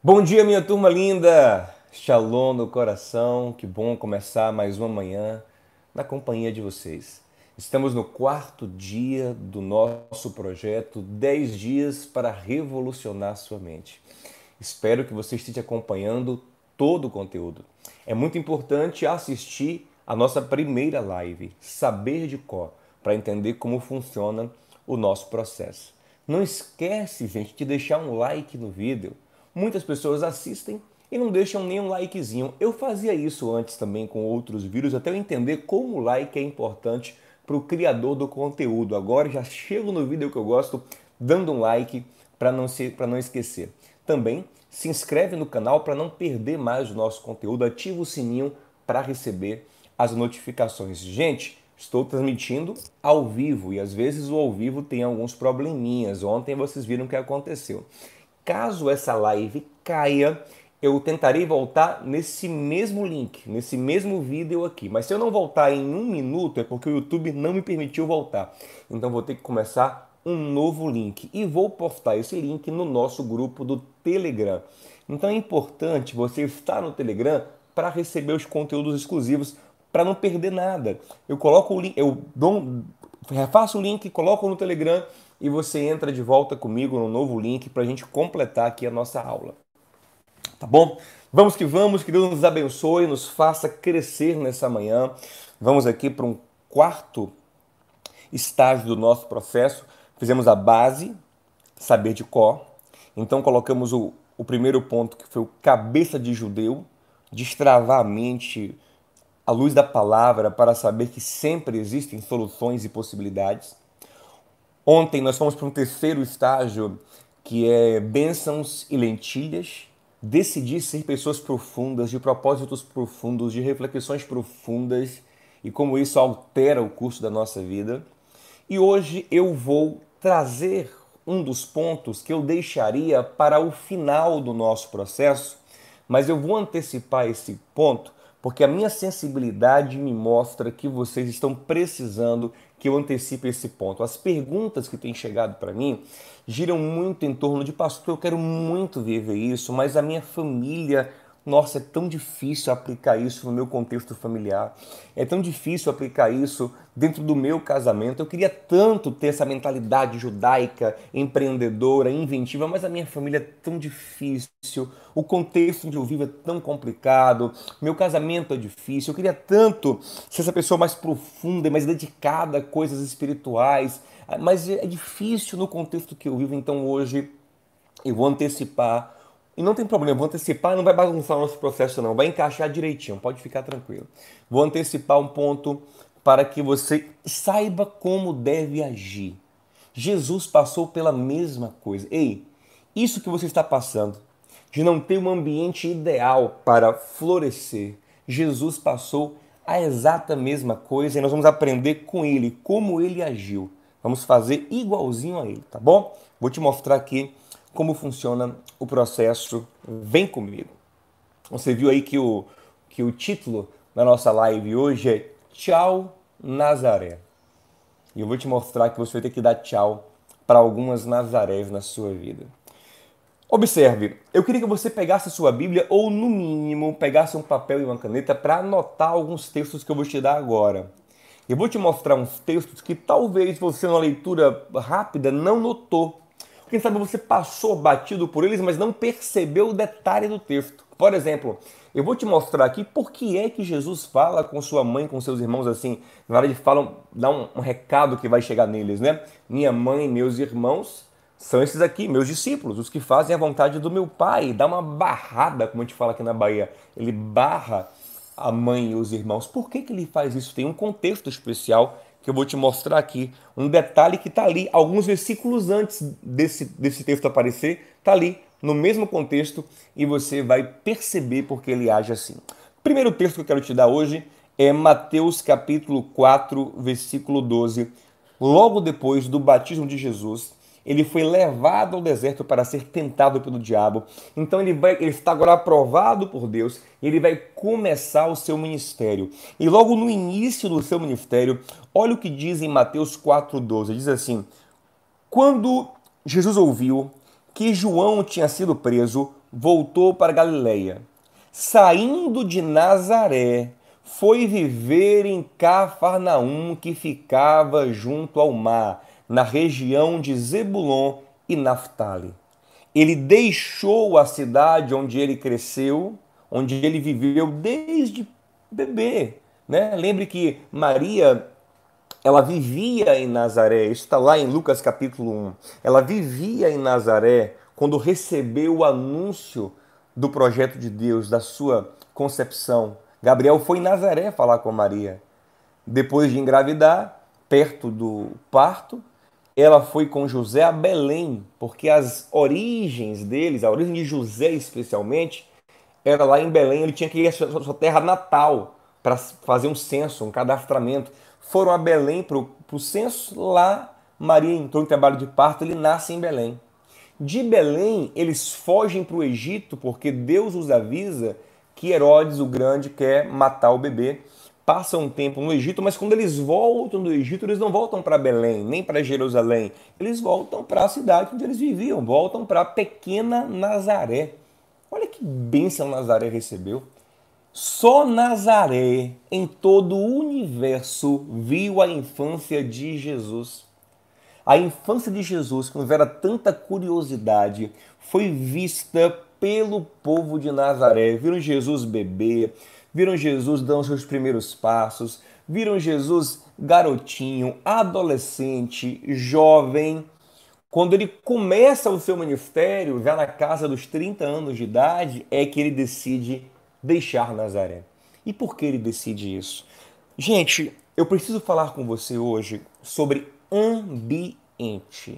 Bom dia, minha turma linda! Shalom no coração, que bom começar mais uma manhã na companhia de vocês. Estamos no quarto dia do nosso projeto 10 dias para revolucionar sua mente. Espero que você esteja acompanhando todo o conteúdo. É muito importante assistir a nossa primeira live, Saber de Cor, para entender como funciona o nosso processo. Não esquece, gente, de deixar um like no vídeo. Muitas pessoas assistem e não deixam nem um likezinho. Eu fazia isso antes também com outros vídeos, até eu entender como o like é importante para o criador do conteúdo. Agora já chego no vídeo que eu gosto, dando um like para não esquecer. Também se inscreve no canal para não perder mais o nosso conteúdo, ativa o sininho para receber as notificações. Gente, estou transmitindo ao vivo e às vezes o ao vivo tem alguns probleminhas. Ontem vocês viram o que aconteceu. Caso essa live caia, eu tentarei voltar nesse mesmo link, nesse mesmo vídeo aqui. Mas se eu não voltar em um minuto, é porque o YouTube não me permitiu voltar. Então vou ter que começar um novo link. E vou postar esse link no nosso grupo do Telegram. Então é importante você estar no Telegram para receber os conteúdos exclusivos, para não perder nada. Eu coloco o link, refaço o link, coloco no Telegram e você entra de volta comigo no novo link para a gente completar aqui a nossa aula. Tá bom? Vamos que Deus nos abençoe, nos faça crescer nessa manhã. Vamos aqui para um quarto estágio do nosso processo. Fizemos a base, saber de cor. Então colocamos o primeiro ponto, que foi o cabeça de judeu, destravar a mente à luz da palavra para saber que sempre existem soluções e possibilidades. Ontem nós fomos para um terceiro estágio, que é bênçãos e lentilhas. Decidir ser pessoas profundas, de propósitos profundos, de reflexões profundas e como isso altera o curso da nossa vida. E hoje eu vou trazer um dos pontos que eu deixaria para o final do nosso processo, mas eu vou antecipar esse ponto porque a minha sensibilidade me mostra que vocês estão precisando que eu antecipe esse ponto. As perguntas que têm chegado para mim giram muito em torno de pastor, eu quero muito viver isso, mas a minha família, nossa, é tão difícil aplicar isso no meu contexto familiar. É tão difícil aplicar isso dentro do meu casamento. Eu queria tanto ter essa mentalidade judaica, empreendedora, inventiva, mas a minha família é tão difícil. O contexto onde eu vivo é tão complicado. Meu casamento é difícil. Eu queria tanto ser essa pessoa mais profunda e mais dedicada a coisas espirituais, mas é difícil no contexto que eu vivo. Então hoje eu vou antecipar. E não tem problema, vou antecipar, não vai bagunçar o nosso processo não, vai encaixar direitinho, pode ficar tranquilo. Vou antecipar um ponto para que você saiba como deve agir. Jesus passou pela mesma coisa. Ei, isso que você está passando, de não ter um ambiente ideal para florescer, Jesus passou a exata mesma coisa e nós vamos aprender com ele, como ele agiu. Vamos fazer igualzinho a ele, tá bom? Vou te mostrar aqui como funciona o processo. Vem comigo. Você viu aí que o título da nossa live hoje é Tchau Nazaré. E eu vou te mostrar que você vai ter que dar tchau para algumas Nazarés na sua vida. Observe, eu queria que você pegasse a sua Bíblia ou, no mínimo, pegasse um papel e uma caneta para anotar alguns textos que eu vou te dar agora. Eu vou te mostrar uns textos que talvez você, na leitura rápida, não notou. Quem sabe você passou batido por eles, mas não percebeu o detalhe do texto. Por exemplo, eu vou te mostrar aqui por que é que Jesus fala com sua mãe, com seus irmãos assim. Na hora de falam, dá um recado que vai chegar neles, né? Minha mãe e meus irmãos são esses aqui, meus discípulos, os que fazem a vontade do meu Pai. Dá uma barrada, como a gente fala aqui na Bahia. Ele barra a mãe e os irmãos. Por que ele faz isso? Tem um contexto especial que eu vou te mostrar aqui. Um detalhe que está ali, alguns versículos antes desse texto aparecer, está ali, no mesmo contexto, e você vai perceber porque ele age assim. O primeiro texto que eu quero te dar hoje é Mateus capítulo 4, versículo 12. Logo depois do batismo de Jesus, ele foi levado ao deserto para ser tentado pelo diabo. Então ele está agora aprovado por Deus e ele vai começar o seu ministério. E logo no início do seu ministério, olha o que diz em Mateus 4,12. Diz assim: quando Jesus ouviu que João tinha sido preso, voltou para Galiléia. Saindo de Nazaré, foi viver em Cafarnaum, que ficava junto ao mar, na região de Zebulon e Naftali. Ele deixou a cidade onde ele cresceu, onde ele viveu desde bebê, né? Lembre que Maria, ela vivia em Nazaré, isso está lá em Lucas capítulo 1. Ela vivia em Nazaré quando recebeu o anúncio do projeto de Deus, da sua concepção. Gabriel foi em Nazaré falar com Maria. Depois de engravidar, perto do parto, ela foi com José a Belém, porque as origens deles, a origem de José especialmente, era lá em Belém. Ele tinha que ir à sua terra natal para fazer um censo, um cadastramento. Foram a Belém para o censo. Lá Maria entrou em trabalho de parto, ele nasce em Belém. De Belém, eles fogem para o Egito porque Deus os avisa que Herodes o Grande quer matar o bebê. Passam um tempo no Egito, mas quando eles voltam do Egito, eles não voltam para Belém, nem para Jerusalém. Eles voltam para a cidade onde eles viviam, voltam para a pequena Nazaré. Olha que bênção Nazaré recebeu. Só Nazaré, em todo o universo, viu a infância de Jesus. A infância de Jesus, que não era tanta curiosidade, foi vista pelo povo de Nazaré. Viram Jesus bebê, viram Jesus dando seus primeiros passos, viram Jesus garotinho, adolescente, jovem. Quando ele começa o seu ministério, já na casa dos 30 anos de idade, é que ele decide deixar Nazaré. E por que ele decide isso? Gente, eu preciso falar com você hoje sobre ambiente.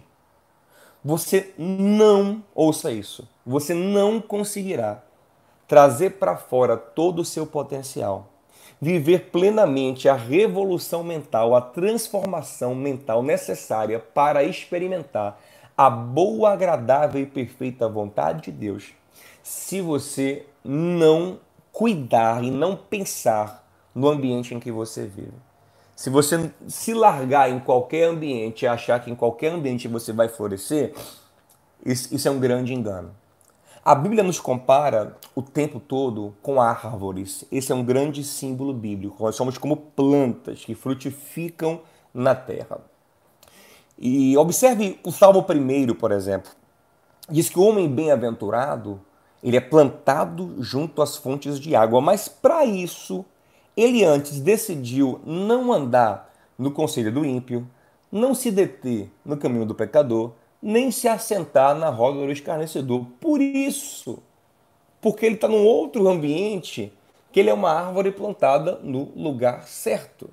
Você não, ouça isso, você não conseguirá trazer para fora todo o seu potencial, viver plenamente a revolução mental, a transformação mental necessária para experimentar a boa, agradável e perfeita vontade de Deus, se você não cuidar e não pensar no ambiente em que você vive. Se você se largar em qualquer ambiente e achar que em qualquer ambiente você vai florescer, isso é um grande engano. A Bíblia nos compara o tempo todo com árvores. Esse é um grande símbolo bíblico. Nós somos como plantas que frutificam na terra. E observe o Salmo 1, por exemplo. Diz que o homem bem-aventurado, ele é plantado junto às fontes de água. Mas para isso, ele antes decidiu não andar no conselho do ímpio, não se deter no caminho do pecador, nem se assentar na roda do escarnecedor. Por isso, porque ele está num outro ambiente, que ele é uma árvore plantada no lugar certo.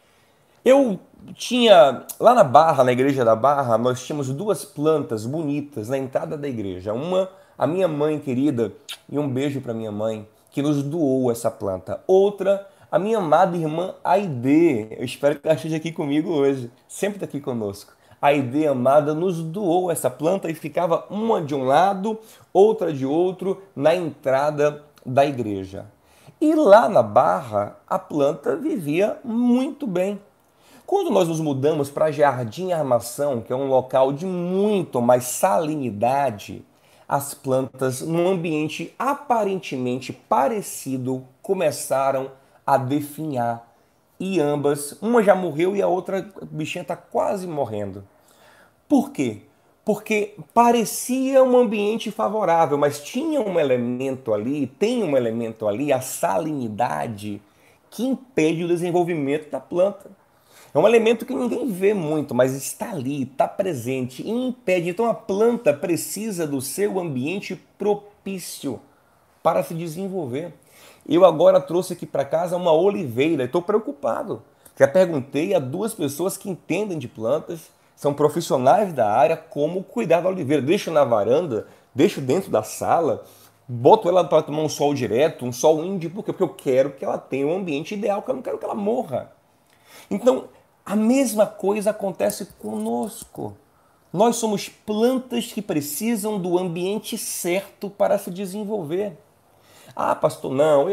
Eu tinha, lá na Barra, na igreja da Barra, nós tínhamos duas plantas bonitas na entrada da igreja. Uma, a minha mãe querida, e um beijo para minha mãe, que nos doou essa planta. Outra, a minha amada irmã Aide. Eu espero que ela esteja aqui comigo hoje, sempre está aqui conosco. A Aide amada nos doou essa planta e ficava uma de um lado, outra de outro, na entrada da igreja. E lá na Barra, a planta vivia muito bem. Quando nós nos mudamos para Jardim Armação, que é um local de muito mais salinidade, as plantas, num ambiente aparentemente parecido, começaram a definhar. E ambas, uma já morreu e a outra bichinha está quase morrendo. Por quê? Porque parecia um ambiente favorável, mas tinha um elemento ali, tem um elemento ali, a salinidade, que impede o desenvolvimento da planta. É um elemento que ninguém vê muito, mas está ali, está presente e impede. Então a planta precisa do seu ambiente propício para se desenvolver. Eu agora trouxe aqui para casa uma oliveira, estou preocupado. Já perguntei a duas pessoas que entendem de plantas, são profissionais da área, como cuidar da oliveira. Deixo na varanda, deixo dentro da sala, boto ela para tomar um sol direto, um sol índio, por quê? Porque eu quero que ela tenha um ambiente ideal, que eu não quero que ela morra. Então, a mesma coisa acontece conosco. Nós somos plantas que precisam do ambiente certo para se desenvolver. Ah, pastor, não,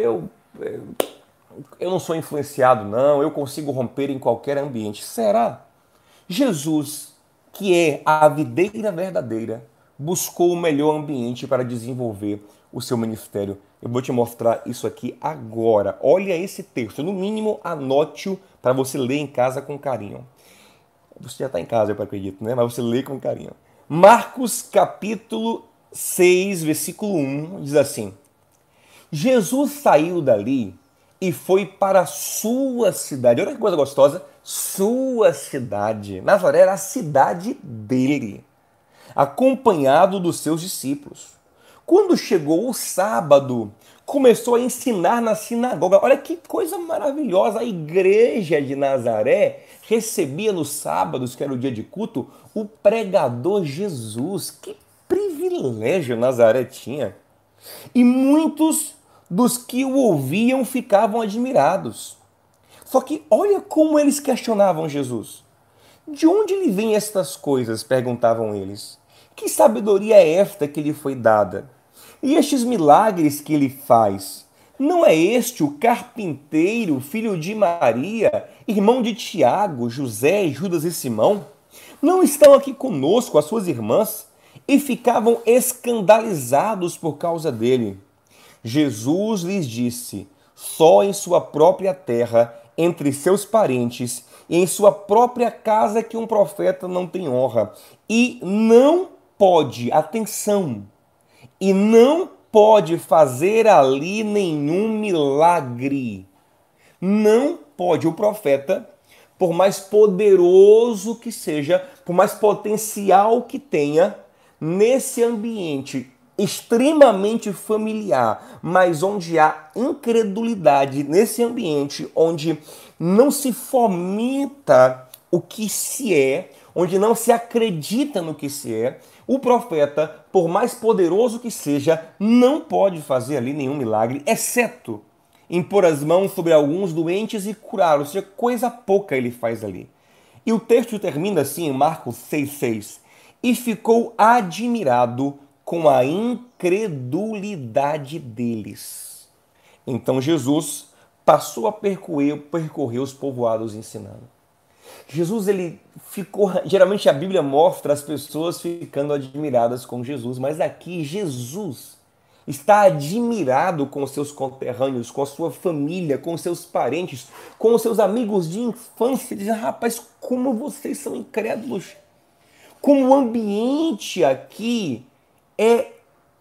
eu não sou influenciado, não, eu consigo romper em qualquer ambiente. Será? Jesus, que é a videira verdadeira, buscou o melhor ambiente para desenvolver o seu ministério. Eu vou te mostrar isso aqui agora. Olha esse texto. No mínimo, anote-o para você ler em casa com carinho. Você já está em casa, eu acredito, né? Mas você lê com carinho. Marcos capítulo 6, versículo 1, diz assim: Jesus saiu dali e foi para a sua cidade. Olha que coisa gostosa. Sua cidade. Nazaré era a cidade dele, acompanhado dos seus discípulos. Quando chegou o sábado, começou a ensinar na sinagoga. Olha que coisa maravilhosa! A igreja de Nazaré recebia nos sábados, que era o dia de culto, o pregador Jesus. Que privilégio Nazaré tinha! E muitos dos que o ouviam ficavam admirados. Só que olha como eles questionavam Jesus. De onde lhe vêm estas coisas? Perguntavam eles. Que sabedoria é esta que lhe foi dada? E estes milagres que ele faz? Não é este o carpinteiro, filho de Maria, irmão de Tiago, José, Judas e Simão? Não estão aqui conosco as suas irmãs? E ficavam escandalizados por causa dele. Jesus lhes disse: só em sua própria terra, entre seus parentes e em sua própria casa que um profeta não tem honra. E não pode, atenção, e não pode fazer ali nenhum milagre. Não pode. O profeta, por mais poderoso que seja, por mais potencial que tenha, nesse ambiente extremamente familiar, mas onde há incredulidade, nesse ambiente onde não se fomenta o que se é, onde não se acredita no que se é, o profeta, por mais poderoso que seja, não pode fazer ali nenhum milagre, exceto impor as mãos sobre alguns doentes e curá-los, ou seja, coisa pouca ele faz ali. E o texto termina assim em Marcos 6,6. E ficou admirado com a incredulidade deles. Então Jesus passou a percorrer os povoados ensinando. Jesus, ele ficou... Geralmente a Bíblia mostra as pessoas ficando admiradas com Jesus, mas aqui Jesus está admirado com os seus conterrâneos, com a sua família, com os seus parentes, com os seus amigos de infância, dizendo: rapaz, como vocês são incrédulos! Como o ambiente aqui é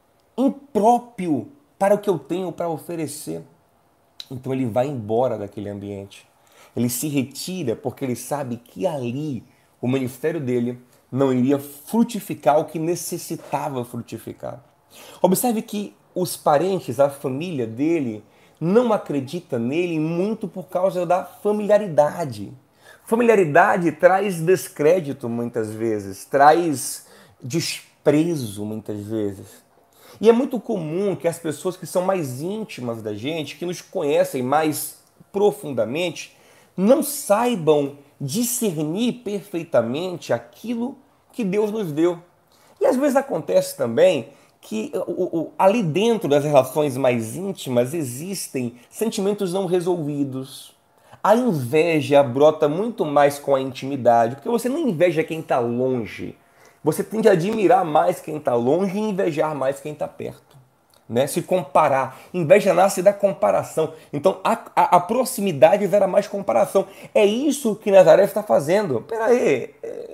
impróprio para o que eu tenho para oferecer. Então ele vai embora daquele ambiente. Ele se retira porque ele sabe que ali o ministério dele não iria frutificar o que necessitava frutificar. Observe que os parentes, a família dele, não acredita nele muito por causa da familiaridade. Familiaridade traz descrédito muitas vezes, traz desprezo muitas vezes. E é muito comum que as pessoas que são mais íntimas da gente, que nos conhecem mais profundamente, não saibam discernir perfeitamente aquilo que Deus nos deu. E às vezes acontece também que ali dentro das relações mais íntimas existem sentimentos não resolvidos. A inveja brota muito mais com a intimidade, porque você não inveja quem está longe. Você tem que admirar mais quem está longe e invejar mais quem está perto. Né? Se comparar. Inveja nasce da comparação. Então a proximidade gera mais comparação. É isso que Nazaré está fazendo. Peraí,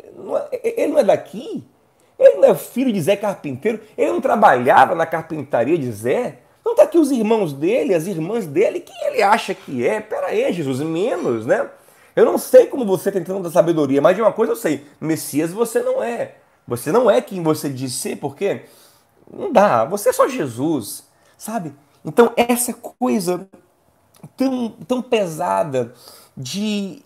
ele não é daqui? Ele não é filho de Zé Carpinteiro? Ele não trabalhava na carpintaria de Zé? Não está aqui os irmãos dele, as irmãs dele? Quem ele acha que é? Peraí, Jesus, menos, né? Eu não sei como você tem tanta sabedoria, mas de uma coisa eu sei. Messias você não é. Você não é quem você diz ser, porque não dá. Você é só Jesus, sabe? Então essa coisa tão pesada de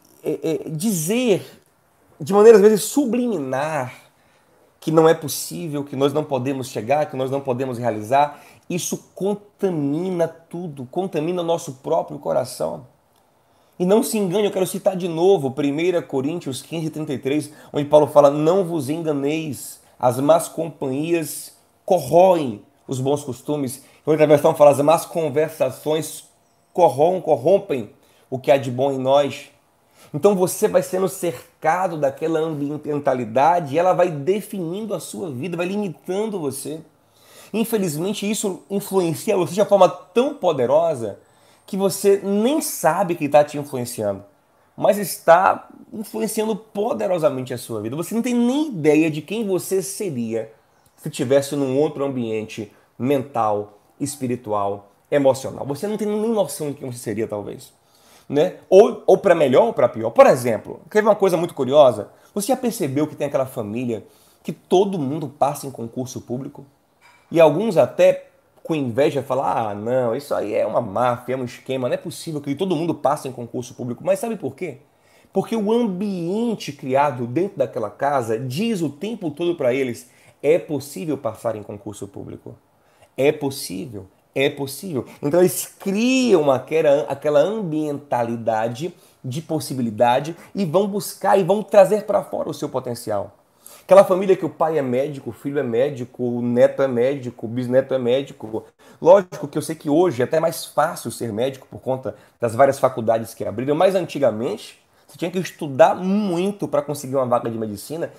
dizer de maneira às vezes subliminar que não é possível, que nós não podemos chegar, que nós não podemos realizar, isso contamina tudo, contamina o nosso próprio coração. E não se engane, eu quero citar de novo 1 Coríntios 15:33, onde Paulo fala: não vos enganeis, as más companhias corroem os bons costumes. Em outra versão fala: as más conversações corrompem o que há de bom em nós. Então você vai sendo cercado daquela ambientalidade e ela vai definindo a sua vida, vai limitando você. Infelizmente, isso influencia você de uma forma tão poderosa que você nem sabe que está te influenciando, mas está influenciando poderosamente a sua vida. Você não tem nem ideia de quem você seria se estivesse num outro ambiente mental, espiritual, emocional. Você não tem nem noção de quem você seria, talvez. Né? Ou para melhor ou para pior. Por exemplo, quer ver uma coisa muito curiosa? Você já percebeu que tem aquela família que todo mundo passa em concurso público? E alguns até com inveja falam, ah, não, isso aí é uma máfia, é um esquema, não é possível que todo mundo passe em concurso público. Mas sabe por quê? Porque o ambiente criado dentro daquela casa diz o tempo todo para eles, é possível passar em concurso público. É possível, é possível. Então eles criam aquela ambientalidade de possibilidade e vão buscar e vão trazer para fora o seu potencial. Aquela família que o pai é médico, o filho é médico, o neto é médico, o bisneto é médico. Lógico que eu sei que hoje é até mais fácil ser médico por conta das várias faculdades que abriram, mas antigamente você tinha que estudar muito para conseguir uma vaga de medicina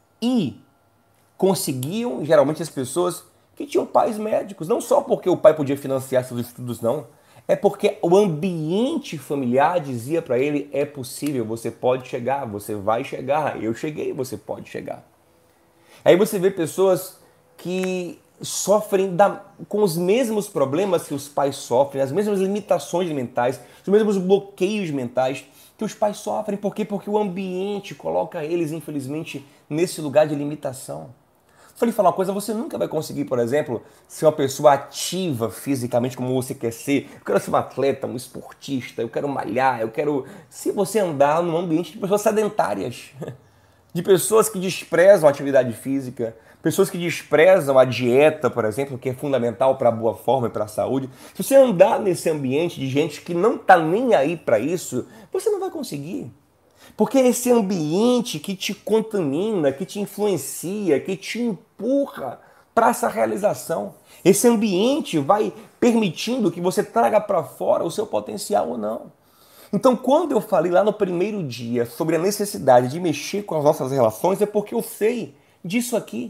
e conseguiam geralmente as pessoas que tinham pais médicos, não só porque o pai podia financiar seus estudos, não. É porque o ambiente familiar dizia para ele, é possível, você pode chegar, você vai chegar, eu cheguei, você pode chegar. Aí você vê pessoas que sofrem com os mesmos problemas que os pais sofrem, as mesmas limitações mentais, os mesmos bloqueios mentais que os pais sofrem. Por quê? Porque o ambiente coloca eles, infelizmente, nesse lugar de limitação. Só lhe falar uma coisa, você nunca vai conseguir, por exemplo, ser uma pessoa ativa fisicamente como você quer ser. Eu quero ser um atleta, um esportista, eu quero malhar, eu quero... Se você andar num ambiente de pessoas sedentárias, de pessoas que desprezam a atividade física, pessoas que desprezam a dieta, por exemplo, que é fundamental para a boa forma e para a saúde. Se você andar nesse ambiente de gente que não está nem aí para isso, você não vai conseguir. Porque é esse ambiente que te contamina, que te influencia, que te empurra para essa realização. Esse ambiente vai permitindo que você traga para fora o seu potencial ou não. Então, quando eu falei lá no primeiro dia sobre a necessidade de mexer com as nossas relações, é porque eu sei disso aqui.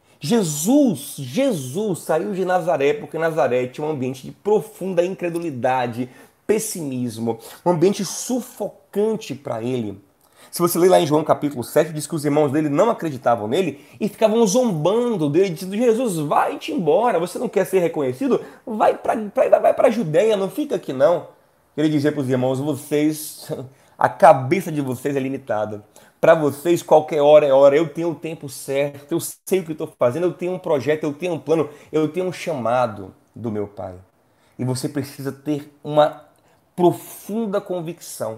Jesus saiu de Nazaré porque Nazaré tinha um ambiente de profunda incredulidade, pessimismo, um ambiente sufocante para ele. Se você ler lá em João capítulo 7, diz que os irmãos dele não acreditavam nele e ficavam zombando dele, dizendo, Jesus, vai-te embora, você não quer ser reconhecido? Vai para a Judéia, não fica aqui não. Ele dizia para os irmãos, vocês, a cabeça de vocês é limitada. Para vocês, qualquer hora é hora, eu tenho o tempo certo, eu sei o que estou fazendo, eu tenho um projeto, eu tenho um plano, eu tenho um chamado do meu Pai. E você precisa ter uma profunda convicção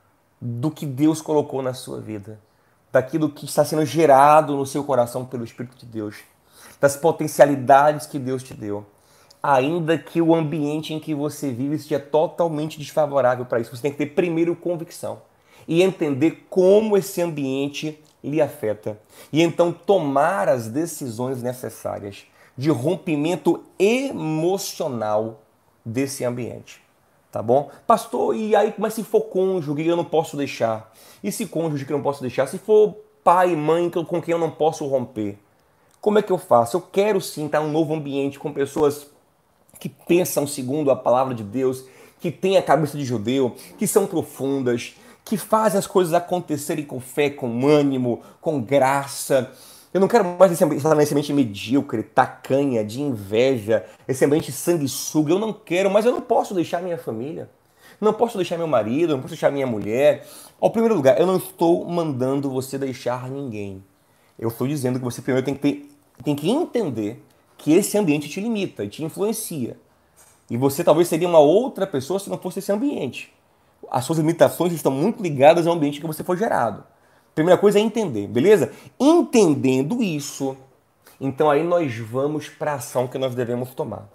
do que Deus colocou na sua vida, daquilo que está sendo gerado no seu coração pelo Espírito de Deus, das potencialidades que Deus te deu. Ainda que o ambiente em que você vive seja totalmente desfavorável para isso, você tem que ter primeiro convicção e entender como esse ambiente lhe afeta. E então tomar as decisões necessárias de rompimento emocional desse ambiente. Tá bom? Pastor, e aí, mas se for cônjuge, eu não posso deixar? E se cônjuge que eu não posso deixar? Se for pai e mãe com quem eu não posso romper? Como é que eu faço? Eu quero sim estar em um novo ambiente com pessoas que pensam segundo a palavra de Deus, que têm a cabeça de judeu, que são profundas, que fazem as coisas acontecerem com fé, com ânimo, com graça. Eu não quero mais estar nesse ambiente medíocre, tacanha, de inveja, esse ambiente sanguessuga. Eu não quero, mas eu não posso deixar minha família. Não posso deixar meu marido, não posso deixar minha mulher. Ao primeiro lugar, eu não estou mandando você deixar ninguém. Eu estou dizendo que você primeiro tem que entender que esse ambiente te limita e te influencia. E você talvez seria uma outra pessoa se não fosse esse ambiente. As suas limitações estão muito ligadas ao ambiente que você foi gerado. Primeira coisa é entender, beleza? Entendendo isso, então aí nós vamos para a ação que nós devemos tomar.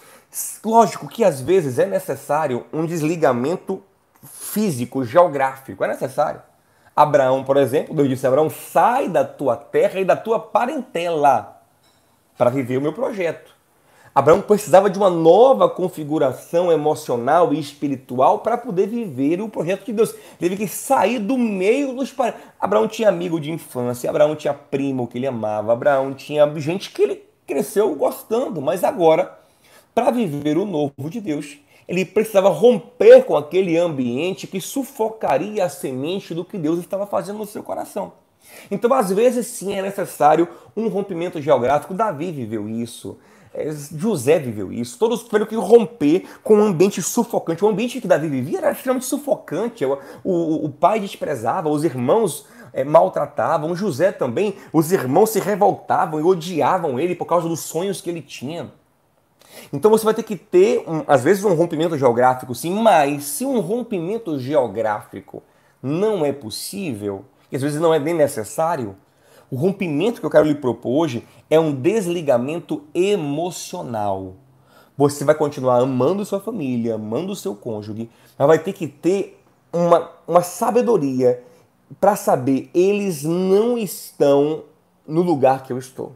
Lógico que às vezes é necessário um desligamento físico, geográfico, é necessário. Abraão, por exemplo, Deus disse a Abraão, sai da tua terra e da tua parentela para viver o meu projeto. Abraão precisava de uma nova configuração emocional e espiritual para poder viver o projeto de Deus. Teve que sair do meio dos parentes. Abraão tinha amigo de infância, Abraão tinha primo que ele amava, Abraão tinha gente que ele cresceu gostando, mas agora, para viver o novo de Deus, ele precisava romper com aquele ambiente que sufocaria a semente do que Deus estava fazendo no seu coração. Então, às vezes, sim, é necessário um rompimento geográfico. Davi viveu isso. José viveu isso. Todos tiveram que romper com um ambiente sufocante. O ambiente que Davi vivia era extremamente sufocante. O pai desprezava, os irmãos maltratavam. José também, os irmãos se revoltavam e odiavam ele por causa dos sonhos que ele tinha. Então você vai ter que ter, às vezes, um rompimento geográfico, sim, mas se um rompimento geográfico não é possível, e às vezes não é nem necessário, o rompimento que eu quero lhe propor hoje é um desligamento emocional. Você vai continuar amando sua família, amando o seu cônjuge, mas vai ter que ter uma sabedoria para saber, eles não estão no lugar que eu estou.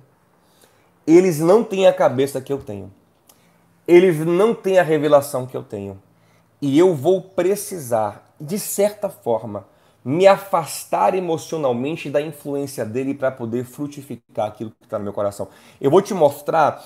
Eles não têm a cabeça que eu tenho. Eles não têm a revelação que eu tenho. E eu vou precisar, de certa forma, me afastar emocionalmente da influência dele para poder frutificar aquilo que está no meu coração. Eu vou te mostrar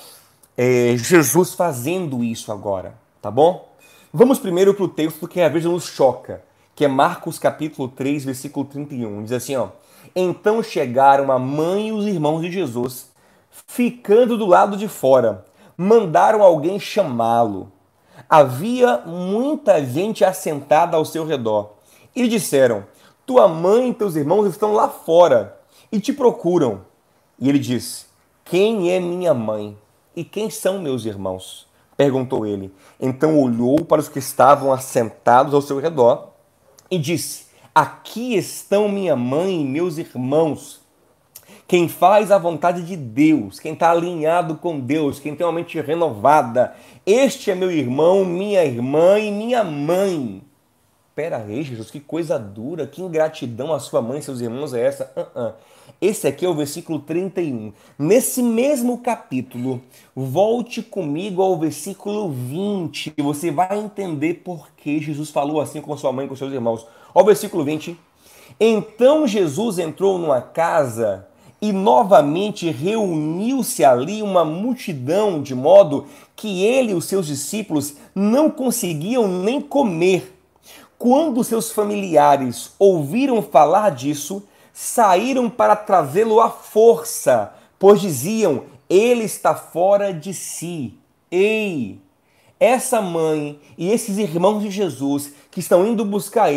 Jesus fazendo isso agora, tá bom? Vamos primeiro para o texto que às vezes nos choca, que é Marcos capítulo 3, versículo 31. Diz assim, ó: Então chegaram a mãe e os irmãos de Jesus, ficando do lado de fora, mandaram alguém chamá-lo. Havia muita gente assentada ao seu redor. E disseram: Tua mãe e teus irmãos estão lá fora e te procuram. E ele disse: Quem é minha mãe? E quem são meus irmãos? Perguntou ele. Então olhou para os que estavam assentados ao seu redor e disse: Aqui estão minha mãe e meus irmãos. Quem faz a vontade de Deus, quem está alinhado com Deus, quem tem uma mente renovada, este é meu irmão, minha irmã e minha mãe. Pera aí, Jesus, que coisa dura, que ingratidão a sua mãe e seus irmãos é essa? Esse aqui é o versículo 31. Nesse mesmo capítulo, volte comigo ao versículo 20. Você vai entender por que Jesus falou assim com sua mãe e com seus irmãos. Ó, o versículo 20. Então Jesus entrou numa casa e novamente reuniu-se ali uma multidão, de modo que ele e os seus discípulos não conseguiam nem comer. Quando seus familiares ouviram falar disso, saíram para trazê-lo à força, pois diziam: ele está fora de si. Ei! Essa mãe e esses irmãos de Jesus que estão indo buscar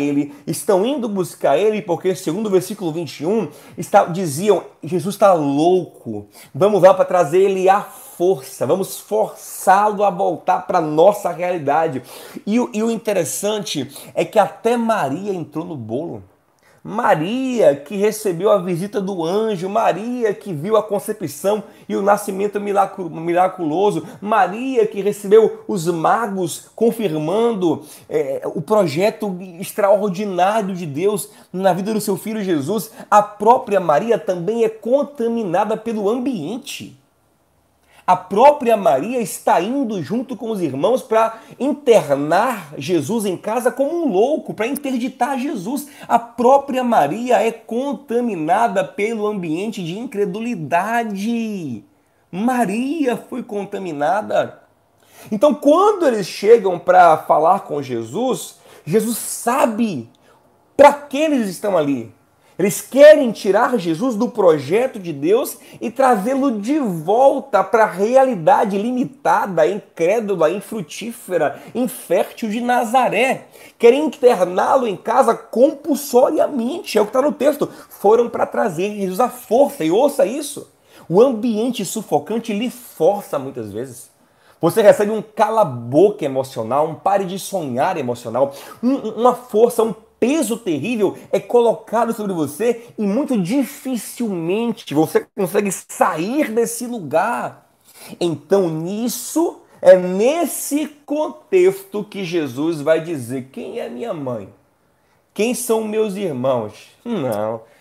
ele porque, segundo o versículo 21, diziam: Jesus está louco, vamos lá para trazer ele à força, vamos forçá-lo a voltar para a nossa realidade. E o interessante é que até Maria entrou no bolo. Maria que recebeu a visita do anjo, Maria que viu a concepção e o nascimento miraculoso, Maria que recebeu os magos confirmando o projeto extraordinário de Deus na vida do seu filho Jesus. A própria Maria também é contaminada pelo ambiente. A própria Maria está indo junto com os irmãos para internar Jesus em casa como um louco, para interditar Jesus. A própria Maria é contaminada pelo ambiente de incredulidade. Maria foi contaminada. Então, quando eles chegam para falar com Jesus, Jesus sabe para que eles estão ali. Eles querem tirar Jesus do projeto de Deus e trazê-lo de volta para a realidade limitada, incrédula, infrutífera, infértil de Nazaré. Querem interná-lo em casa compulsoriamente. É o que está no texto. Foram para trazer Jesus à força. E ouça isso. O ambiente sufocante lhe força muitas vezes. Você recebe um cala-boca emocional, um pare de sonhar emocional, uma força, um peso terrível é colocado sobre você e muito dificilmente você consegue sair desse lugar. Então, é nesse contexto que Jesus vai dizer: quem é minha mãe? Quem são meus irmãos? Não.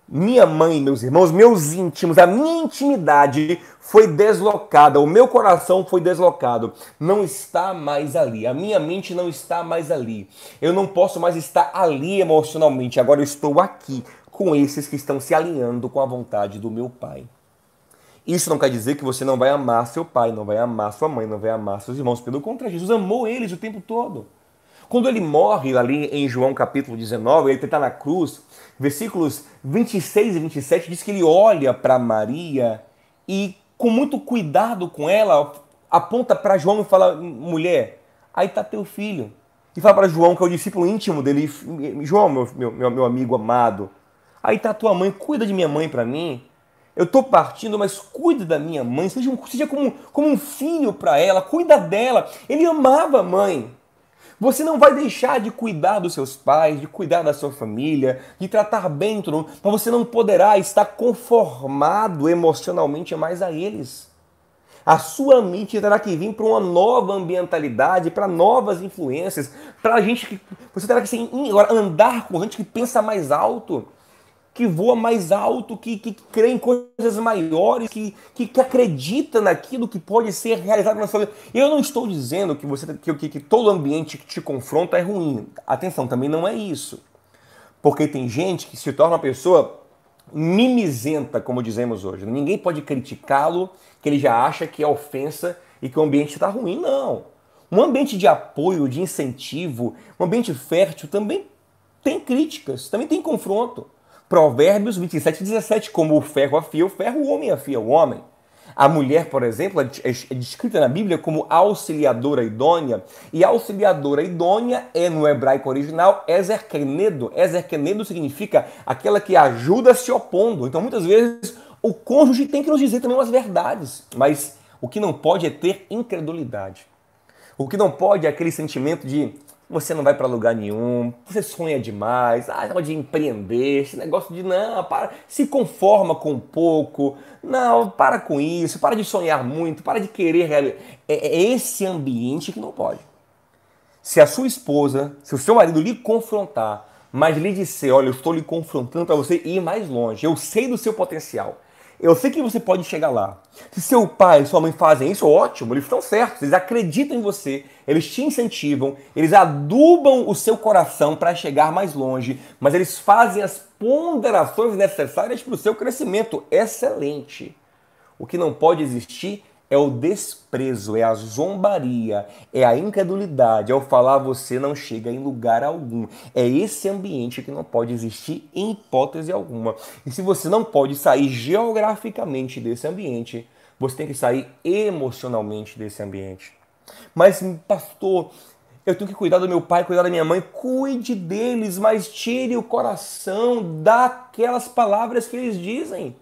Minha mãe, meus irmãos, meus íntimos, a minha intimidade foi deslocada, o meu coração foi deslocado. Não está mais ali, a minha mente não está mais ali. Eu não posso mais estar ali emocionalmente. Agora eu estou aqui com esses que estão se alinhando com a vontade do meu Pai. Isso não quer dizer que você não vai amar seu pai, não vai amar sua mãe, não vai amar seus irmãos. Pelo contrário, Jesus amou eles o tempo todo. Quando ele morre ali em João capítulo 19, ele está na cruz, versículos 26 e 27 diz que ele olha para Maria e com muito cuidado com ela, aponta para João e fala, mulher, aí está teu filho. E fala para João, que é o discípulo íntimo dele, João, meu amigo amado, aí está tua mãe, cuida de minha mãe para mim. Eu estou partindo, mas cuida da minha mãe, seja como um filho para ela, cuida dela. Ele amava a mãe. Você não vai deixar de cuidar dos seus pais, de cuidar da sua família, de tratar bem todo mundo, mas você não poderá estar conformado emocionalmente mais a eles. A sua mente terá que vir para uma nova ambientalidade, para novas influências, para gente que você terá que agora andar com gente que pensa mais alto, que voa mais alto, que crê em coisas maiores, que acredita naquilo que pode ser realizado na sua vida. Eu não estou dizendo que todo ambiente que te confronta é ruim. Atenção, também não é isso. Porque tem gente que se torna uma pessoa mimizenta, como dizemos hoje. Ninguém pode criticá-lo, que ele já acha que é ofensa e que o ambiente está ruim. Não. Um ambiente de apoio, de incentivo, um ambiente fértil também tem críticas, também tem confronto. Provérbios 27, 17, como o ferro afia o ferro, o homem afia o homem. A mulher, por exemplo, é descrita na Bíblia como auxiliadora idônea, e auxiliadora idônea é, no hebraico original, ezer kenedo. Ezer kenedo significa aquela que ajuda se opondo. Então, muitas vezes, o cônjuge tem que nos dizer também umas verdades, mas o que não pode é ter incredulidade. O que não pode é aquele sentimento de você não vai para lugar nenhum, você sonha demais, negócio de empreender, esse negócio de não, para, se conforma com pouco, não, para com isso, para de sonhar muito, para de querer realizar. É esse ambiente que não pode. Se a sua esposa, se o seu marido lhe confrontar, mas lhe disser, olha, eu estou lhe confrontando para você ir mais longe, eu sei do seu potencial, eu sei que você pode chegar lá. Se seu pai e sua mãe fazem isso, ótimo, eles estão certos, eles acreditam em você, eles te incentivam, eles adubam o seu coração para chegar mais longe, mas eles fazem as ponderações necessárias para o seu crescimento. Excelente. O que não pode existir é o desprezo, é a zombaria, é a incredulidade, é o falar você não chega em lugar algum. É esse ambiente que não pode existir em hipótese alguma. E se você não pode sair geograficamente desse ambiente, você tem que sair emocionalmente desse ambiente. Mas, pastor, eu tenho que cuidar do meu pai, cuidar da minha mãe. Cuide deles, mas tire o coração daquelas palavras que eles dizem.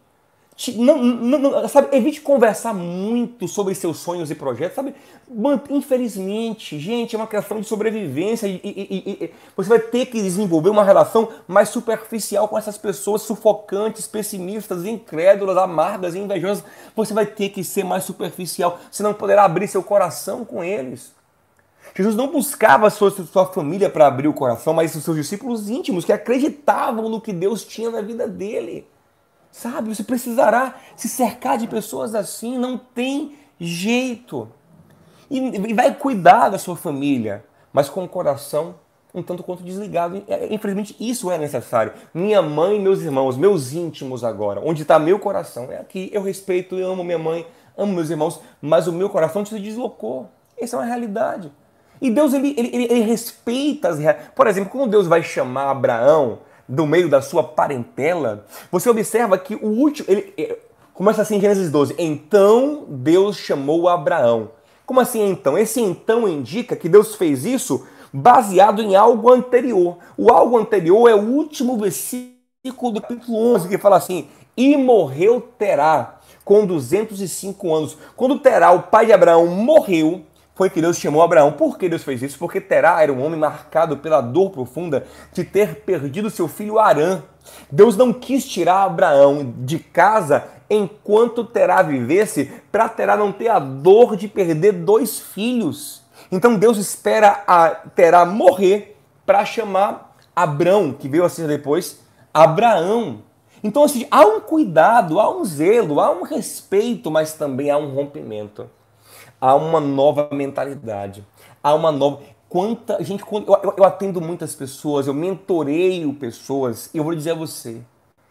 Sabe, evite conversar muito sobre seus sonhos e projetos, sabe? Infelizmente, gente, é uma questão de sobrevivência e você vai ter que desenvolver uma relação mais superficial com essas pessoas sufocantes, pessimistas, incrédulas, amargas e invejosas. Você vai ter que ser mais superficial, você não poderá abrir seu coração com eles. Jesus não buscava a sua família para abrir o coração, mas os seus discípulos íntimos que acreditavam no que Deus tinha na vida dele. Sabe, você precisará se cercar de pessoas assim, não tem jeito. E vai cuidar da sua família, mas com o coração um tanto quanto desligado. Infelizmente, isso é necessário. Minha mãe e meus irmãos, meus íntimos agora, onde está meu coração, é aqui. Eu respeito, eu amo minha mãe, amo meus irmãos, mas o meu coração se deslocou. Essa é uma realidade. E Deus, ele respeita as realidades. Por exemplo, quando Deus vai chamar Abraão do meio da sua parentela, você observa que o último, ele começa assim em Gênesis 12, então Deus chamou Abraão. Como assim então? Esse então indica que Deus fez isso baseado em algo anterior. O algo anterior é o último versículo do capítulo 11, que fala assim, e morreu Terá com 205 anos. Quando Terá, o pai de Abraão, morreu, foi que Deus chamou Abraão. Por que Deus fez isso? Porque Terá era um homem marcado pela dor profunda de ter perdido seu filho Arã. Deus não quis tirar Abraão de casa enquanto Terá vivesse, para Terá não ter a dor de perder 2 filhos. Então Deus espera a Terá morrer para chamar Abrão, que veio a ser depois Abraão. Então, assim, há um cuidado, há um zelo, há um respeito, mas também há um rompimento. Há uma nova mentalidade. Há uma nova. Quanta gente. Eu atendo muitas pessoas, eu mentoreio pessoas, e eu vou dizer a você: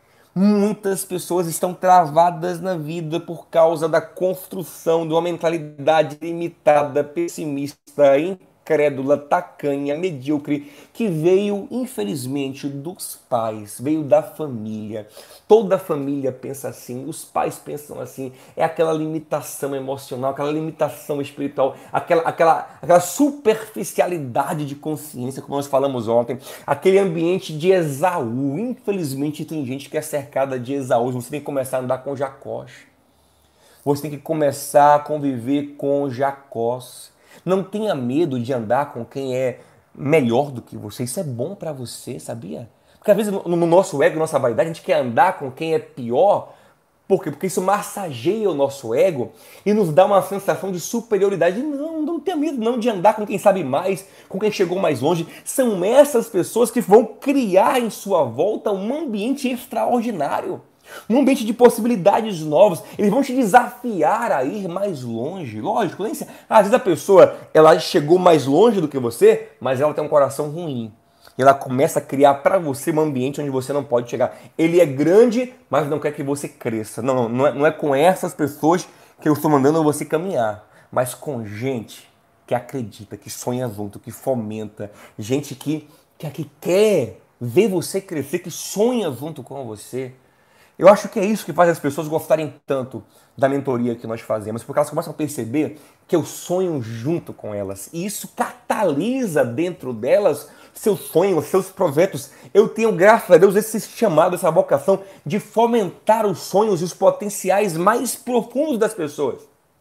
muitas pessoas estão travadas na vida por causa da construção de uma mentalidade limitada, pessimista, incrédula, tacanha, medíocre, que veio, infelizmente, dos pais, veio da família. Toda família pensa assim, os pais pensam assim. É aquela limitação emocional, aquela limitação espiritual, aquela superficialidade de consciência, como nós falamos ontem, aquele ambiente de Esaú. Infelizmente, tem gente que é cercada de Esaú. Você tem que começar a andar com Jacós. Você tem que começar a conviver com Jacós. Não tenha medo de andar com quem é melhor do que você. Isso é bom para você, sabia? Porque às vezes no nosso ego, nossa vaidade, a gente quer andar com quem é pior. Por quê? Porque isso massageia o nosso ego e nos dá uma sensação de superioridade. Não, não tenha medo não de andar com quem sabe mais, com quem chegou mais longe. São essas pessoas que vão criar em sua volta um ambiente extraordinário. Um ambiente de possibilidades novas. Eles vão te desafiar a ir mais longe. Lógico, nem se... às vezes a pessoa ela chegou mais longe do que você, mas ela tem um coração ruim. E ela começa a criar para você um ambiente onde você não pode chegar. Ele é grande, mas não quer que você cresça. Não é com essas pessoas que eu estou mandando você caminhar. Mas com gente que acredita, que sonha junto, que fomenta. Gente que quer ver você crescer, que sonha junto com você. Eu acho que é isso que faz as pessoas gostarem tanto da mentoria que nós fazemos, porque elas começam a perceber que eu sonho junto com elas. E isso catalisa dentro delas seus sonhos, seus projetos. Eu tenho, graças a Deus, esse chamado, essa vocação de fomentar os sonhos e os potenciais mais profundos das pessoas.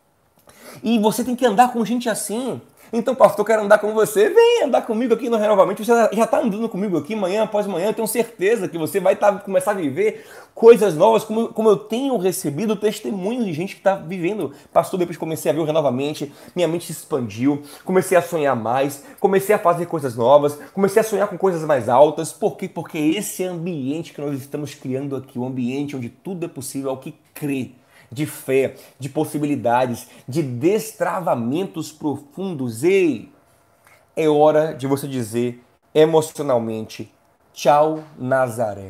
E você tem que andar com gente assim. Então, pastor, eu quero andar com você. Vem andar comigo aqui no Renovamente. Você já está andando comigo aqui manhã após manhã. Eu tenho certeza que você vai começar a viver coisas novas, como eu tenho recebido testemunhos de gente que está vivendo. Pastor, depois comecei a ver o Renovamente, minha mente se expandiu, comecei a sonhar mais, comecei a fazer coisas novas, comecei a sonhar com coisas mais altas. Por quê? Porque esse ambiente que nós estamos criando aqui, o ambiente onde tudo é possível, é o que crê, de fé, de possibilidades, de destravamentos profundos. Ei, é hora de você dizer emocionalmente: tchau, Nazaré.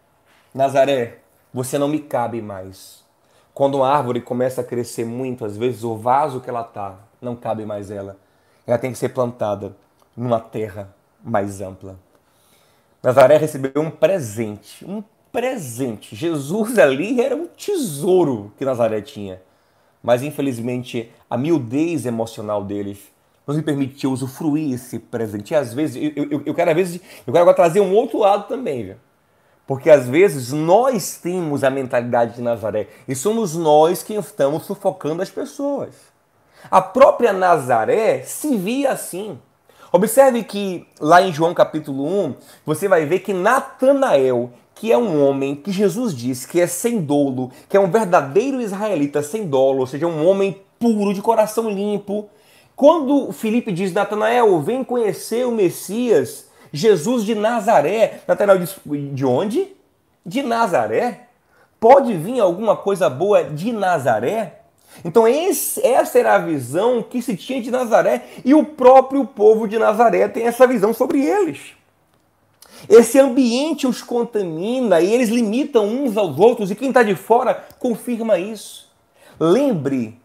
Nazaré, você não me cabe mais. Quando uma árvore começa a crescer muito, às vezes o vaso que ela está, não cabe mais ela. Ela tem que ser plantada numa terra mais ampla. Nazaré recebeu um presente, um presente. Jesus ali era um tesouro que Nazaré tinha. Mas infelizmente a miudez emocional deles não me permitiu usufruir esse presente. E às vezes, eu quero agora trazer um outro lado também, viu? Porque às vezes nós temos a mentalidade de Nazaré e somos nós que estamos sufocando as pessoas. A própria Nazaré se via assim. Observe que lá em João capítulo 1, você vai ver que Natanael, que é um homem que Jesus disse que é sem dolo, que é um verdadeiro israelita sem dolo, ou seja, um homem puro, de coração limpo. Quando Filipe diz: Natanael, vem conhecer o Messias, Jesus de Nazaré. Natanael diz: de onde? De Nazaré? Pode vir alguma coisa boa de Nazaré? Então essa era a visão que se tinha de Nazaré, e o próprio povo de Nazaré tem essa visão sobre eles. Esse ambiente os contamina e eles limitam uns aos outros, e quem está de fora confirma isso. Lembre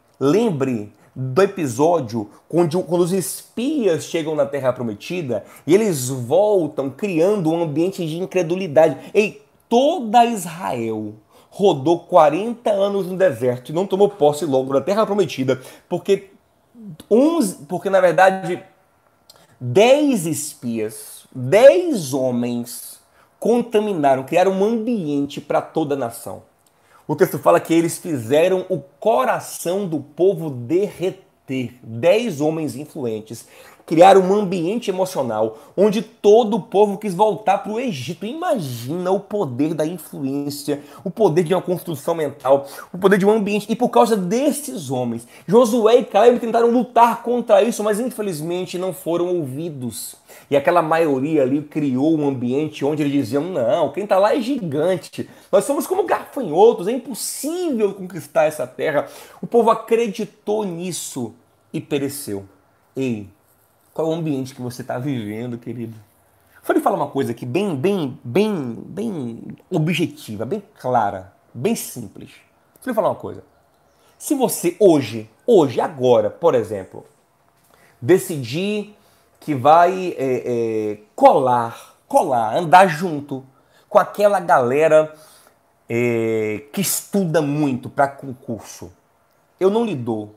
do episódio quando os espias chegam na Terra Prometida e eles voltam criando um ambiente de incredulidade. Ei, toda Israel rodou 40 anos no deserto e não tomou posse logo da Terra Prometida, porque na verdade 10 espias, 10 homens contaminaram, criaram um ambiente para toda a nação. O texto fala que eles fizeram o coração do povo derreter. 10 homens influentes Criaram um ambiente emocional onde todo o povo quis voltar para o Egito. Imagina o poder da influência, o poder de uma construção mental, o poder de um ambiente. E por causa desses homens, Josué e Caleb tentaram lutar contra isso, mas infelizmente não foram ouvidos. E aquela maioria ali criou um ambiente onde eles diziam: não, quem está lá é gigante, nós somos como gafanhotos, é impossível conquistar essa terra. O povo acreditou nisso e pereceu. Ei, qual é o ambiente que você está vivendo, querido? Vou lhe falar uma coisa aqui bem objetiva, bem clara, bem simples. Vou lhe falar uma coisa. Se você hoje, agora, por exemplo, decidir que vai andar junto com aquela galera que estuda muito para concurso, eu não lhe dou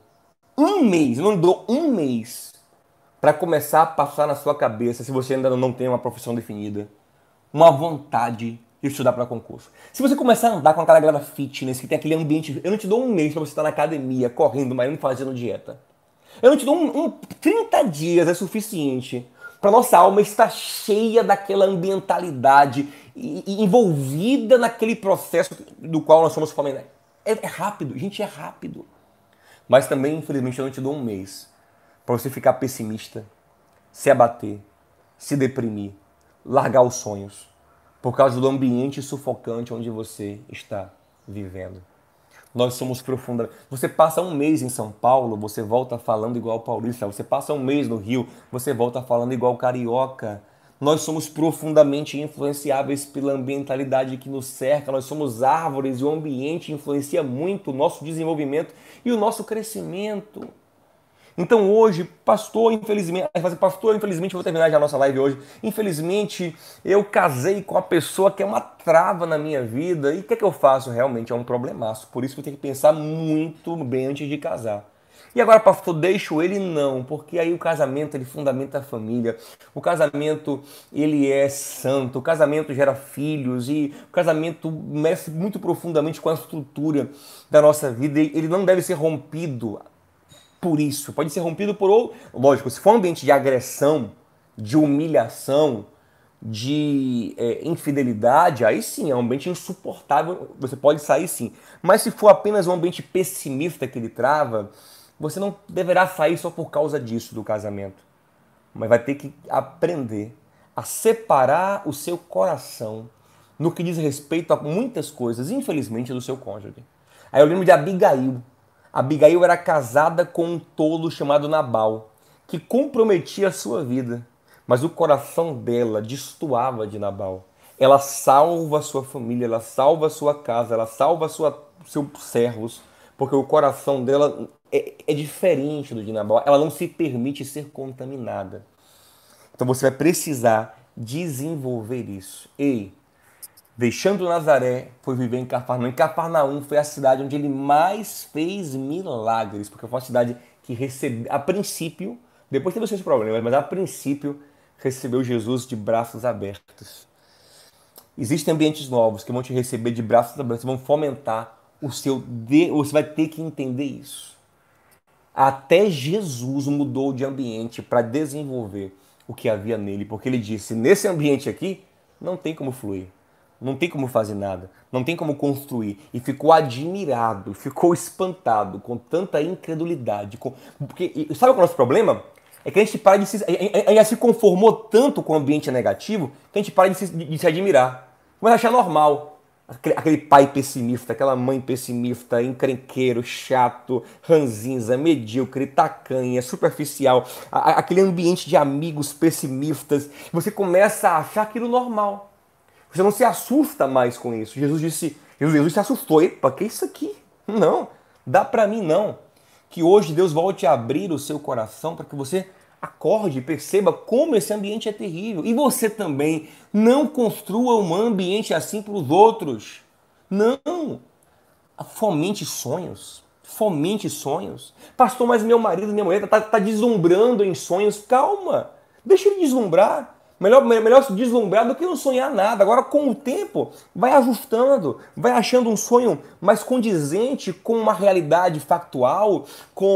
um mês para começar a passar na sua cabeça, se você ainda não tem uma profissão definida, uma vontade de estudar para concurso. Se você começar a andar com aquela galera fitness, que tem aquele ambiente, eu não te dou um mês para você estar na academia, correndo, malhando, fazendo dieta. Eu não te dou 30 dias é suficiente para nossa alma estar cheia daquela ambientalidade e envolvida naquele processo do qual nós somos familiares. É rápido, gente, é rápido. Mas também, infelizmente, eu não te dou um mês para você ficar pessimista, se abater, se deprimir, largar os sonhos, por causa do ambiente sufocante onde você está vivendo. Nós somos profundamente... Você passa um mês em São Paulo, você volta falando igual paulista. Você passa um mês no Rio, você volta falando igual carioca. Nós somos profundamente influenciáveis pela ambientalidade que nos cerca. Nós somos árvores e o ambiente influencia muito o nosso desenvolvimento e o nosso crescimento. Então hoje, pastor, infelizmente, eu vou terminar já a nossa live hoje. Infelizmente, eu casei com uma pessoa que é uma trava na minha vida. E o que é que eu faço? Realmente é um problemaço. Por isso que eu tenho que pensar muito bem antes de casar. E agora, pastor, deixo ele? Não, porque aí o casamento, ele fundamenta a família. O casamento, ele é santo. O casamento gera filhos e o casamento mexe muito profundamente com a estrutura da nossa vida. Ele não deve ser rompido por isso. Pode ser rompido por... Lógico, se for um ambiente de agressão, de humilhação, de infidelidade, aí sim, é um ambiente insuportável, você pode sair sim. Mas se for apenas um ambiente pessimista que ele trava, você não deverá sair só por causa disso do casamento. Mas vai ter que aprender a separar o seu coração no que diz respeito a muitas coisas, infelizmente, do seu cônjuge. Aí eu lembro de Abigail. Abigail era casada com um tolo chamado Nabal, que comprometia a sua vida. Mas o coração dela destoava de Nabal. Ela salva a sua família, ela salva a sua casa, ela salva seus servos, porque o coração dela é diferente do de Nabal. Ela não se permite ser contaminada. Então você vai precisar desenvolver isso. Ei, deixando Nazaré, foi viver em Cafarnaum. Em Cafarnaum foi a cidade onde ele mais fez milagres, porque foi uma cidade que recebeu, a princípio, depois teve seus problemas, mas a princípio recebeu Jesus de braços abertos. Existem ambientes novos que vão te receber de braços abertos, vão fomentar o seu... Você vai ter que entender isso. Até Jesus mudou de ambiente para desenvolver o que havia nele, porque ele disse, nesse ambiente aqui, não tem como fluir. Não tem como fazer nada, não tem como construir. E ficou admirado, ficou espantado com tanta incredulidade. Porque, sabe qual é o nosso problema? É que a gente para de se... A gente se conformou tanto com o ambiente negativo que a gente para de se admirar. Começa a achar normal. Aquele pai pessimista, aquela mãe pessimista, encrenqueiro, chato, ranzinza, medíocre, tacanha, superficial. Aquele ambiente de amigos pessimistas. Você começa a achar aquilo normal. Você não se assusta mais com isso. Jesus se assustou. Epa, que é isso aqui? Não, dá pra mim não. Que hoje Deus volte a abrir o seu coração para que você acorde e perceba como esse ambiente é terrível. E você também não construa um ambiente assim para os outros. Não. Fomente sonhos. Fomente sonhos. Pastor, mas meu marido, minha mulher tá deslumbrando em sonhos. Calma. Deixa ele deslumbrar. Melhor se deslumbrar do que não sonhar nada. Agora, com o tempo, vai ajustando, vai achando um sonho mais condizente com uma realidade factual, com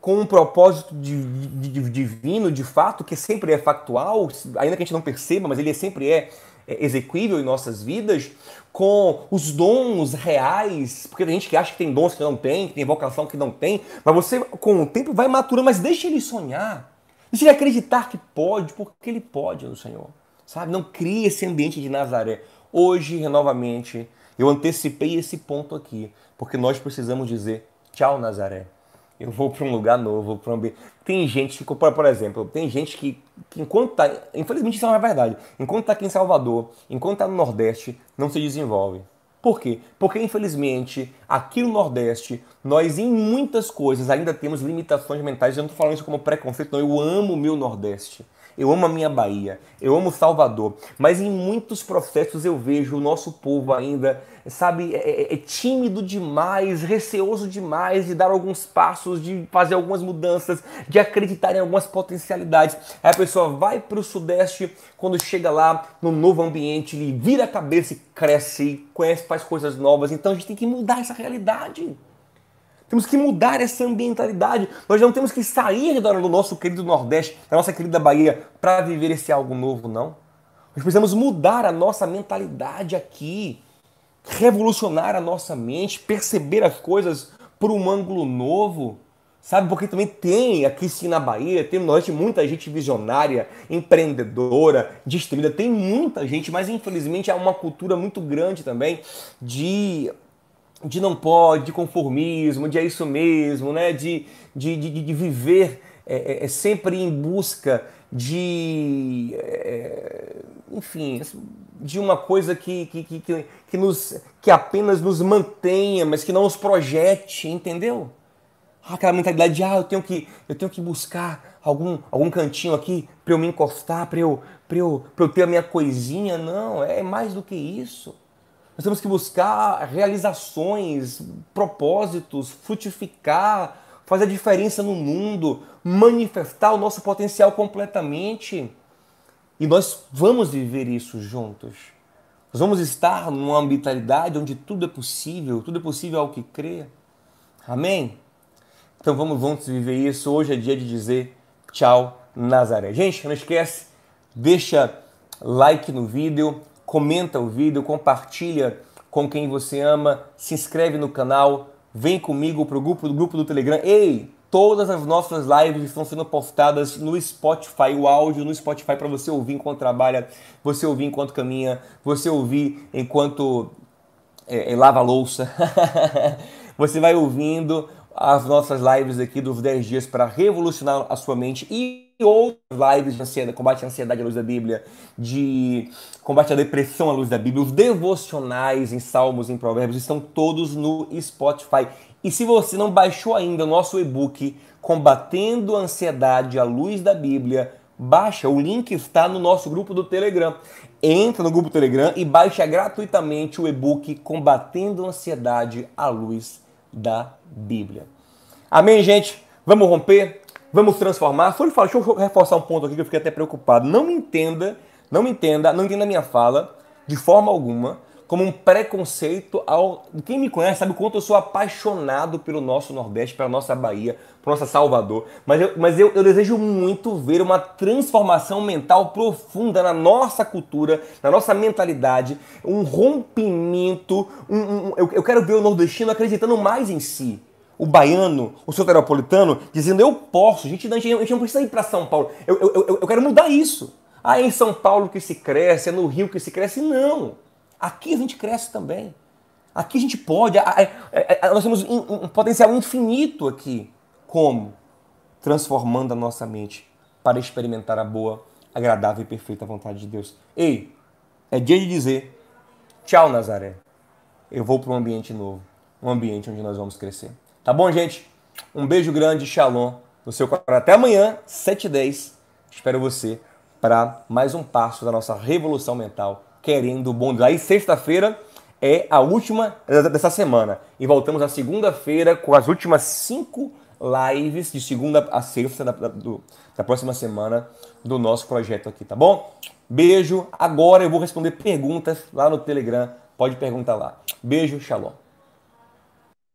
com um propósito divino, de fato, que sempre é factual, ainda que a gente não perceba, mas ele sempre é exequível em nossas vidas, com os dons reais, porque tem gente que acha que tem dons que não tem, que tem vocação que não tem, mas você, com o tempo, vai maturando, mas deixa ele sonhar. Deixa ele acreditar que pode, porque ele pode no Senhor. Sabe? Não crie esse ambiente de Nazaré. Hoje, novamente, eu antecipei esse ponto aqui, porque nós precisamos dizer tchau, Nazaré. Eu vou para um lugar novo, para um ambiente. Tem gente que, por exemplo, tem gente que enquanto está. Infelizmente isso não é verdade. Enquanto está aqui em Salvador, enquanto está no Nordeste, não se desenvolve. Por quê? Porque, infelizmente, aqui no Nordeste, nós em muitas coisas ainda temos limitações mentais. Eu não estou falando isso como preconceito, não. Eu amo o meu Nordeste. Eu amo a minha Bahia, eu amo Salvador, mas em muitos processos eu vejo o nosso povo ainda, sabe, é tímido demais, receoso demais de dar alguns passos, de fazer algumas mudanças, de acreditar em algumas potencialidades. Aí a pessoa vai para o Sudeste, quando chega lá no novo ambiente, ele vira a cabeça e cresce, conhece, faz coisas novas. Então a gente tem que mudar essa realidade. Temos que mudar essa ambientalidade. Nós não temos que sair do nosso querido Nordeste, da nossa querida Bahia, para viver esse algo novo, não. Nós precisamos mudar a nossa mentalidade aqui, revolucionar a nossa mente, perceber as coisas por um ângulo novo. Sabe, porque também tem aqui sim na Bahia, tem no Nordeste muita gente visionária, empreendedora, distribuída, tem muita gente, mas infelizmente há uma cultura muito grande também de não pode, de conformismo, de é isso mesmo, né? de viver sempre em busca enfim, de uma coisa que apenas nos mantenha, mas que não nos projete, entendeu? Aquela mentalidade de, eu tenho que buscar algum cantinho aqui para eu me encostar, para eu ter a minha coisinha. Não, é mais do que isso. Nós temos que buscar realizações, propósitos, frutificar, fazer a diferença no mundo, manifestar o nosso potencial completamente. E nós vamos viver isso juntos. Nós vamos estar numa ambientalidade onde tudo é possível ao que crê. Amém? Então vamos juntos viver isso. Hoje é dia de dizer tchau, Nazaré. Gente, não esquece, deixa like no vídeo, comenta o vídeo, compartilha com quem você ama, se inscreve no canal, vem comigo para o grupo do Telegram. Ei, todas as nossas lives estão sendo postadas no Spotify, o áudio no Spotify para você ouvir enquanto trabalha, você ouvir enquanto caminha, você ouvir enquanto lava a louça. Você vai ouvindo as nossas lives aqui dos 10 dias para revolucionar a sua mente e outras lives de ansiedade, combate à ansiedade à luz da Bíblia, de combate à depressão à luz da Bíblia, os devocionais em Salmos, em Provérbios, estão todos no Spotify. E se você não baixou ainda o nosso e-book Combatendo a Ansiedade à Luz da Bíblia, baixa, o link está no nosso grupo do Telegram. Entra no grupo do Telegram e baixa gratuitamente o e-book Combatendo a Ansiedade à Luz da Bíblia. Amém, gente? Vamos romper? Vamos transformar? Deixa eu reforçar um ponto aqui que eu fiquei até preocupado. Não entenda a minha fala de forma alguma como um preconceito Quem me conhece sabe o quanto eu sou apaixonado pelo nosso Nordeste, pela nossa Bahia, por nossa Salvador. Mas eu desejo muito ver uma transformação mental profunda na nossa cultura, na nossa mentalidade, um rompimento. Eu quero ver o nordestino acreditando mais em si. O baiano, o soteropolitano, dizendo eu posso, a gente não precisa ir para São Paulo. Eu quero mudar isso. É em São Paulo que se cresce, é no Rio que se cresce. Não. Aqui a gente cresce também. Aqui a gente pode. Nós temos um potencial infinito aqui. Como? Transformando a nossa mente para experimentar a boa, agradável e perfeita vontade de Deus. Ei, é dia de dizer tchau, Nazaré. Eu vou para um ambiente novo. Um ambiente onde nós vamos crescer. Tá bom, gente? Um beijo grande, shalom no seu coração. Até amanhã, 7h10. Espero você para mais um passo da nossa revolução mental, querendo o bom Deus. Aí, sexta-feira é a última dessa semana. E voltamos na segunda-feira com as últimas 5 lives, de segunda a sexta da próxima semana, do nosso projeto aqui, tá bom? Beijo. Agora eu vou responder perguntas lá no Telegram. Pode perguntar lá. Beijo, shalom.